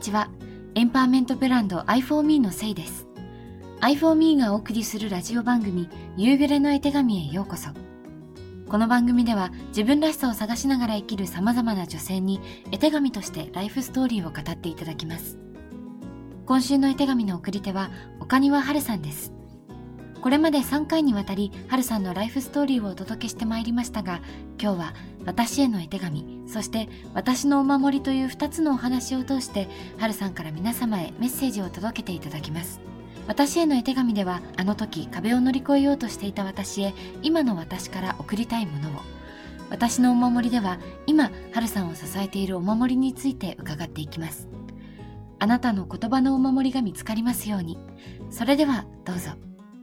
ちは。エンパワーメントブランド i4me のせいです。i4me がお送りするラジオ番組夕暮れの絵手紙へようこそ。この番組では自分らしさを探しながら生きる様々な女性に絵手紙としてライフストーリーを語っていただきます。今週の絵手紙の送り手は岡庭春さんです。これまで3回にわたり春さんのライフストーリーをお届けしてまいりましたが、今日は私への絵手紙、そして私のお守りという2つのお話を通して春さんから皆様へメッセージを届けていただきます。私への絵手紙では、あの時壁を乗り越えようとしていた私へ今の私から送りたいものを、私のお守りでは今春さんを支えているお守りについて伺っていきます。あなたの言葉のお守りが見つかりますように。それではどうぞ。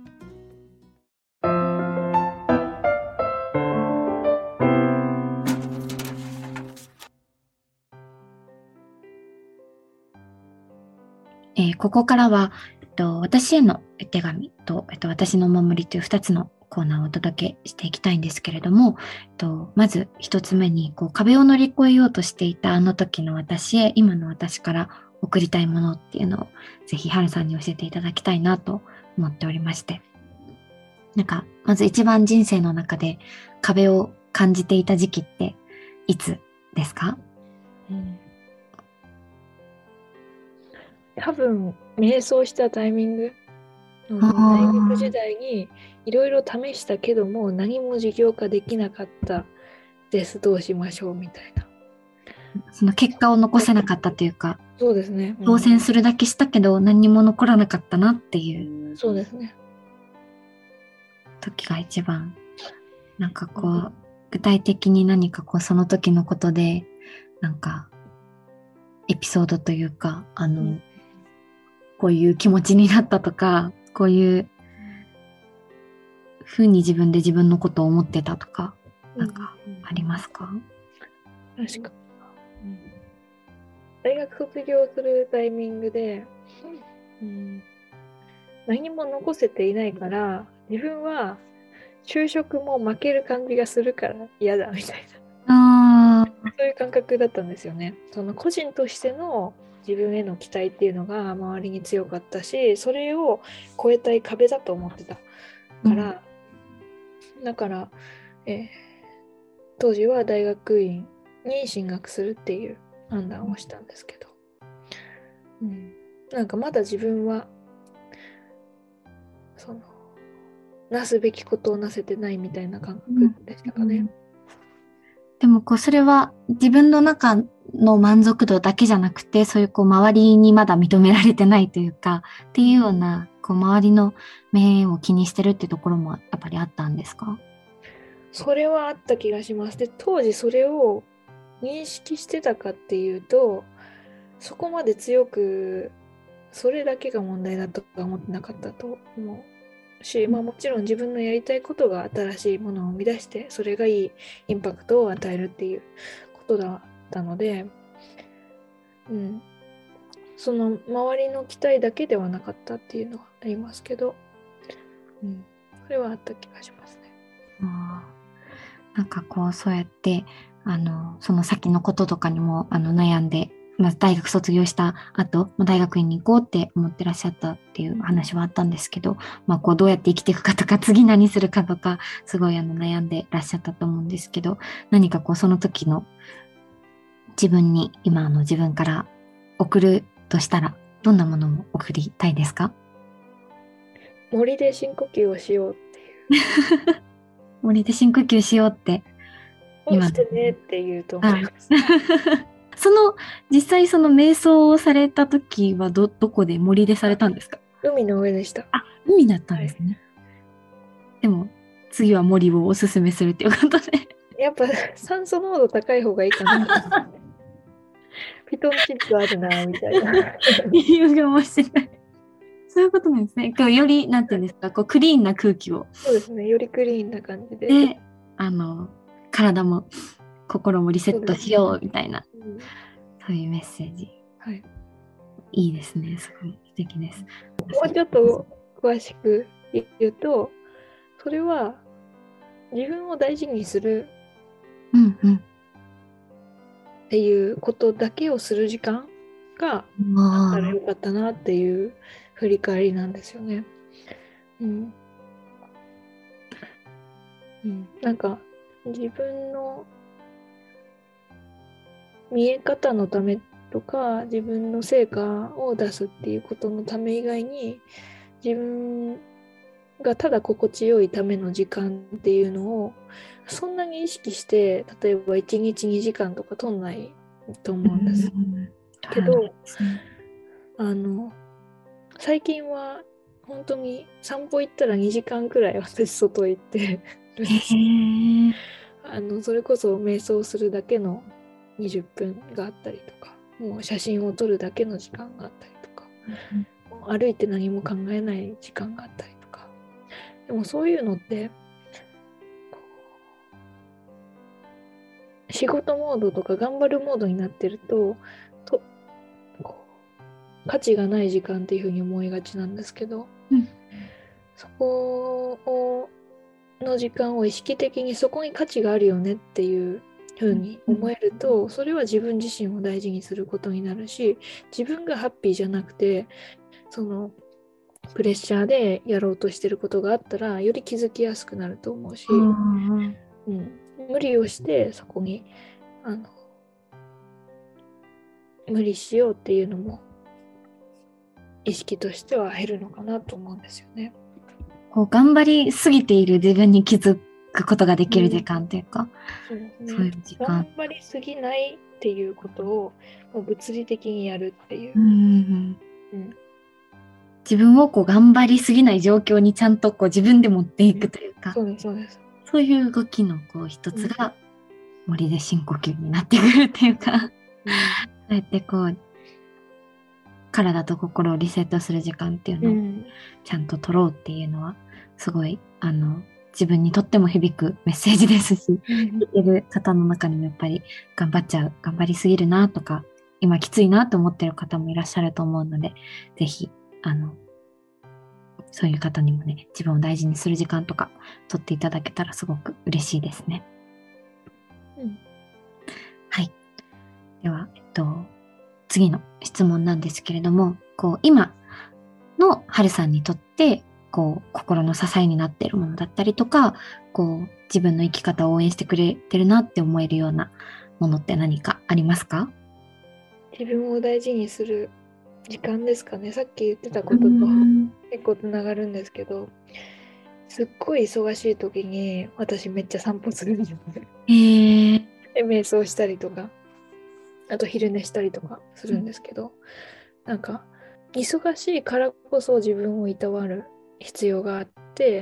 ここからは、私への絵手紙と、私のお守りという2つのコーナーをお届けしていきたいんですけれども、まず1つ目に壁を乗り越えようとしていたあの時の私へ今の私から送りたいものっていうのをぜひ春さんに教えていただきたいなと思っておりまして、まず一番人生の中で壁を感じていた時期っていつですか？ 多分瞑想したタイミング、大学時代にいろいろ試したけども何も事業化できなかったです。どうしましょうみたいな。 その結果を残せなかったというか、 そうですね。 挑戦するだけしたけど何にも残らなかったなっていう。 そうですね。 時が一番具体的に何かその時のことでエピソードというかこういう気持ちになったとか、こういう風に自分で自分のことを思ってたとか、ありますか？ 確か。大学卒業するタイミングで、何も残せていないから、自分は就職も負ける感じがするから嫌だみたいな。そういう感覚だったんですよね。その個人としての自分への期待っていうのが周りに強かったし、それを超えたい壁だと思ってたから、だから、当時は大学院に進学するっていう判断をしたんですけど、まだ自分はなすべきことをなせてないみたいな感覚でしたかね。 でもそれは自分の中の満足度だけじゃなくて、そういう周りにまだ認められてないというかっていうような周りの目を気にしてるっていうところもやっぱりあったんですか？ それはあった気がします。で、当時それを認識してたかっていうと、そこまで強くそれだけが問題だとは思ってなかったと思うし、もちろん自分のやりたいことが新しいものを生み出して、それがいいインパクトを与えるっていうことだったので、その周りの期待だけではなかったっていうのはありますけど、それはあった気がしますね。 そうやってその先のこととかにも悩んで、大学卒業した後、大学院に行こうって思ってらっしゃったっていう話はあったんですけど、どうやって生きていくかとか、次何するかとか、すごい悩んでらっしゃったと思うんですけど、何かその時の自分に、今の自分から送るとしたら、どんなものを送りたいですか？ 森で深呼吸をしようっていう。 森で深呼吸しようって。 してねって言うと思います。 実際瞑想をされた時はどこで森でされたんですか？ 海の上でした。 海だったんですね。でも次は森をおすすめするっていうことで。 やっぱ酸素濃度高い方がいいかな。ピトンチックあるなみたいな。 理由が面白い。そういうことなんですね。よりなんていうんですか、クリーンな空気を。 そうですね。よりクリーンな感じで。 で、体も心もリセットしようみたいな、そういうメッセージ。 はい。 いいですね。すごい素敵です。 もうちょっと詳しく言うと、それは自分を大事にするっていうことだけをする時間があったらよかったなっていう振り返りなんですよね。なんか自分の見え方のためとか自分の成果を出すっていうことのため以外に自分がただ心地よいための時間っていうのをそんなに意識して例えば1日2時間とか取んないと思うんです、けど、最近は本当に散歩行ったら2時間くらい私外行ってるんです。それこそ瞑想するだけの20分があったりとかもう写真を撮るだけの時間があったりとか、歩いて何も考えない時間があったりとか、でもそういうのって仕事モードとか頑張るモードになってると価値がない時間っていうふうに思いがちなんですけど、そこの時間を意識的にそこに価値があるよねっていうふうに思えると、それは自分自身を大事にすることになるし、自分がハッピーじゃなくてそのプレッシャーでやろうとしてることがあったらより気づきやすくなると思うし、無理をしてそこに無理しようっていうのも意識としては減るのかなと思うんですよね。 こう頑張りすぎている自分に気づくことができる時間というか、そういう時間。 頑張りすぎないっていうことをもう物理的にやるっていう。 自分をこう頑張りすぎない状況にちゃんとこう自分で持っていくというか、 そうですそうです。 そういう動きのこう一つが森で深呼吸になってくるっていうか、そうやってこう体と心をリセットする時間っていうのをちゃんと取ろうっていうのはすごい自分にとっても響くメッセージですし、聞いてる方の中にもやっぱり頑張りすぎるなとか今きついなと思ってる方もいらっしゃると思うので、ぜひそういう方にもね、自分を大事にする時間とか取っていただけたらすごく嬉しいですね。はい。では、次の質問なんですけれども、こう今のはるさんにとってこう心の支えになっているものだったりとか、こう自分の生き方を応援してくれてるなって思えるようなものって何かありますか？ 自分を大事にする時間ですかね。さっき言ってたことと結構つながるんですけど、すっごい忙しい時に私めっちゃ散歩するんですね。瞑想したりとか、あと昼寝したりとかするんですけど、なんか忙しいからこそ自分をいたわる必要があって、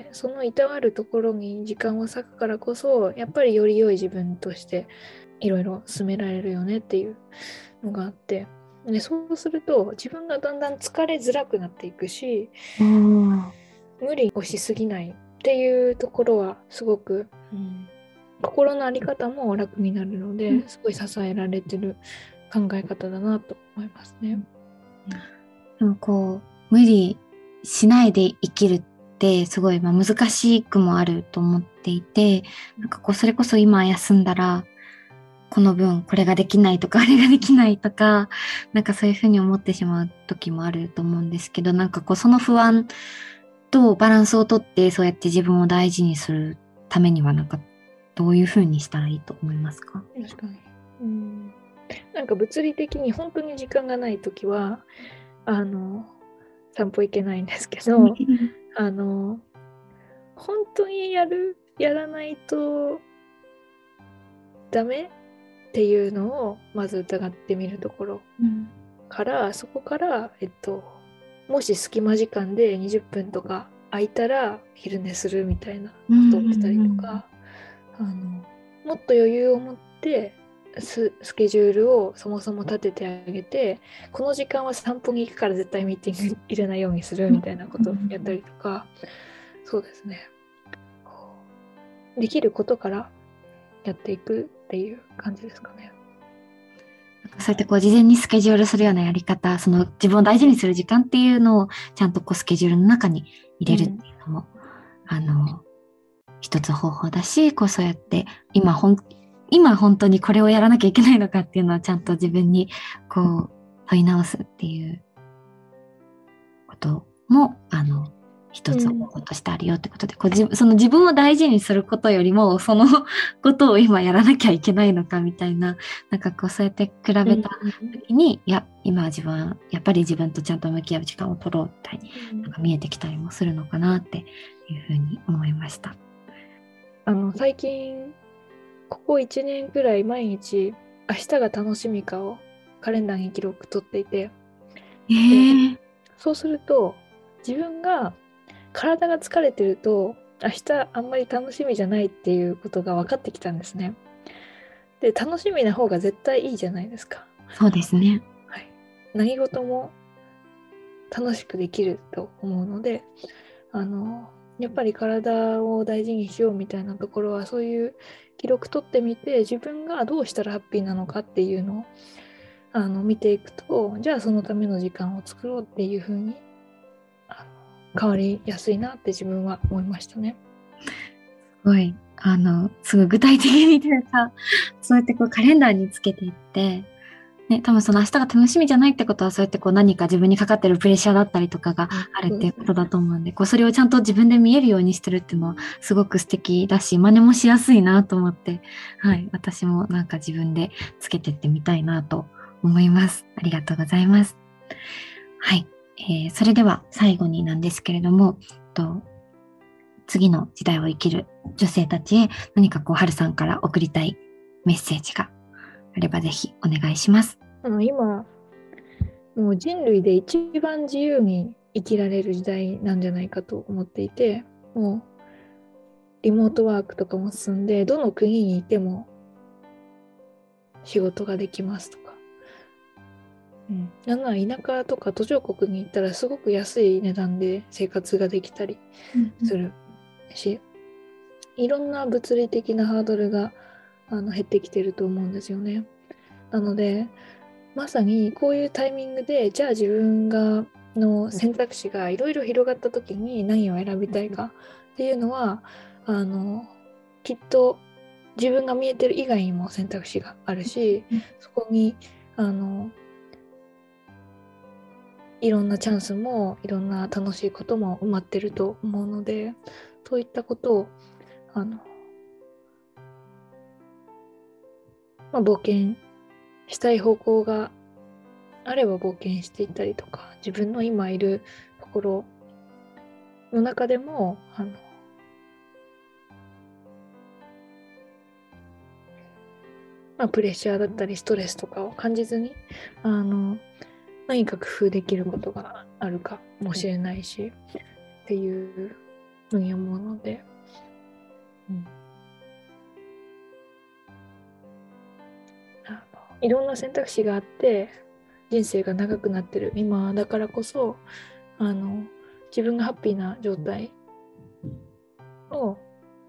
そのいたわるところに時間を割くからこそやっぱりより良い自分としていろいろ進められるよねっていうのがあって、でそうすると自分がだんだん疲れづらくなっていくし、無理をしすぎないっていうところはすごく、心の在り方も楽になるので、すごい支えられてる考え方だなと思いますね。 でもこう無理しないで生きるってすごい難しくもあると思っていて、なんかこうそれこそ今休んだらこの分これができないとかあれができないとか、なんかそういうふうに思ってしまう時もあると思うんですけど、なんかこうその不安とバランスをとってそうやって自分を大事にするためにはなんかどういうふうにしたらいいと思いますか？ 確かに。なんか物理的に本当に時間がない時は散歩行けないんですけど本当にやらないとダメっていうのをまず疑ってみるところから、そこからもし隙間時間で20分とか空いたら昼寝するみたいなことをしたりとか、もっと余裕を持ってスケジュールをそもそも立ててあげて、この時間は散歩に行くから絶対ミーティング入れないようにするみたいなことをやったりとか、そうですね、できることからやっていくっていう感じですかね。 そうやってこう事前にスケジュールするようなやり方、その自分を大事にする時間っていうのをちゃんとこうスケジュールの中に入れるっていうのも、一つ方法だし、こうそうやって今本当にこれをやらなきゃいけないのかっていうのをちゃんと自分にこう問い直すっていうことも一つ方法としてあるよってことで、その自分を大事にすることよりもそのことを今やらなきゃいけないのかみたいな、なんかこうそうやって比べた時に、いや今は自分はやっぱり自分とちゃんと向き合う時間を取ろうみたいに、なんか見えてきたりもするのかなっていうふうに思いました。 最近ここ1年くらい毎日明日が楽しみかをカレンダーに記録取っていて、そうすると自分が体が疲れてると明日あんまり楽しみじゃないっていうことが分かってきたんですね。で、楽しみな方が絶対いいじゃないですか。 そうですね。 はい。何事も楽しくできると思うので、やっぱり体を大事にしようみたいなところは、そういう記録取ってみて、自分がどうしたらハッピーなのかっていうのを見ていくと、じゃあそのための時間を作ろうっていう風に変わりやすいなって自分は思いましたね。 すごいすごい具体的にというか、そうやってこうカレンダーにつけていって、ね、多分その明日が楽しみじゃないってことは、そうやってこう何か自分にかかってるプレッシャーだったりとかがあるっていうことだと思うんで、こうそれをちゃんと自分で見えるようにしてるっていうのはすごく素敵だし、真似もしやすいなと思って、はい、私もなんか自分でつけてってみたいなと思います。ありがとうございます。はい、それでは最後になんですけれども、次の時代を生きる女性たちへ何かこう春さんから送りたいメッセージがあればぜひお願いします。 今もう人類で一番自由に生きられる時代なんじゃないかと思っていて、もうリモートワークとかも進んで、どの国にいても仕事ができますとか、なんなら田舎とか途上国に行ったらすごく安い値段で生活ができたりするし、いろんな物理的なハードルが減ってきてると思うんですよね。なのでまさにこういうタイミングで、じゃあ自分の選択肢がいろいろ広がった時に何を選びたいかっていうのはきっと自分が見えてる以外にも選択肢があるし、そこにいろんなチャンスもいろんな楽しいことも埋まってると思うので、そういったことを冒険したい方向があれば冒険していったりとか、自分の今いるところの中でもプレッシャーだったりストレスとかを感じずに何か工夫できることがあるかもしれないし、っていうふうに思うので、いろんな選択肢があって人生が長くなってる今だからこそ自分がハッピーな状態を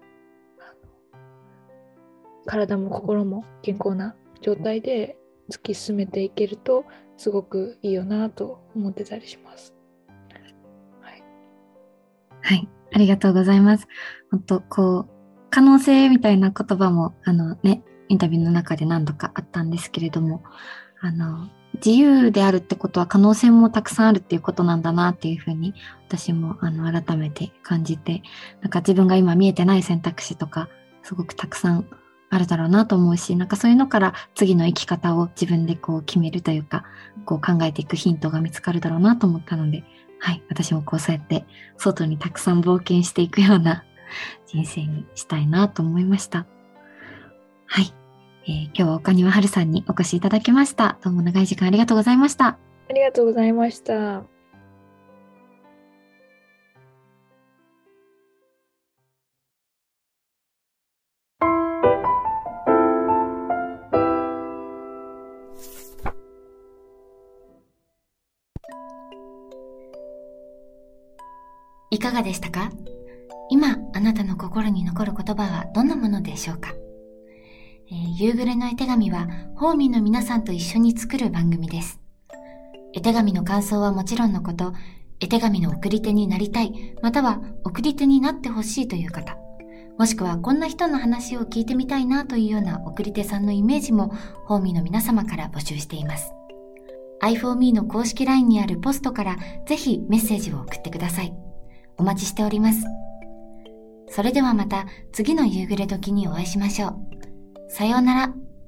体も心も健康な状態で突き進めていけるとすごくいいよなと思ってたりします。 はい、ありがとうございます。本当こう可能性みたいな言葉もインタビューの中で何度かあったんですけれども、自由であるってことは可能性もたくさんあるっていうことなんだなっていうふうに私も改めて感じて、なんか自分が今見えてない選択肢とかすごくたくさんあるだろうなと思うし、なんかそういうのから次の生き方を自分でこう決めるというか、こう考えていくヒントが見つかるだろうなと思ったので、はい、私もこうそうやって外にたくさん冒険していくような人生にしたいなと思いました。はい、今日は岡庭春さんにお越しいただきました。どうも長い時間ありがとうございました。 ありがとうございました。 いかがでしたか？今あなたの心に残る言葉はどんなものでしょうか？夕暮れの絵手紙はホーミーの皆さんと一緒に作る番組です。絵手紙の感想はもちろんのこと、絵手紙の送り手になりたい、または送り手になってほしいという方、もしくはこんな人の話を聞いてみたいなというような送り手さんのイメージもホーミーの皆様から募集しています。 i4me の公式 LINE にあるポストからぜひメッセージを送ってください。お待ちしております。それではまた次の夕暮れ時にお会いしましょう。さようなら。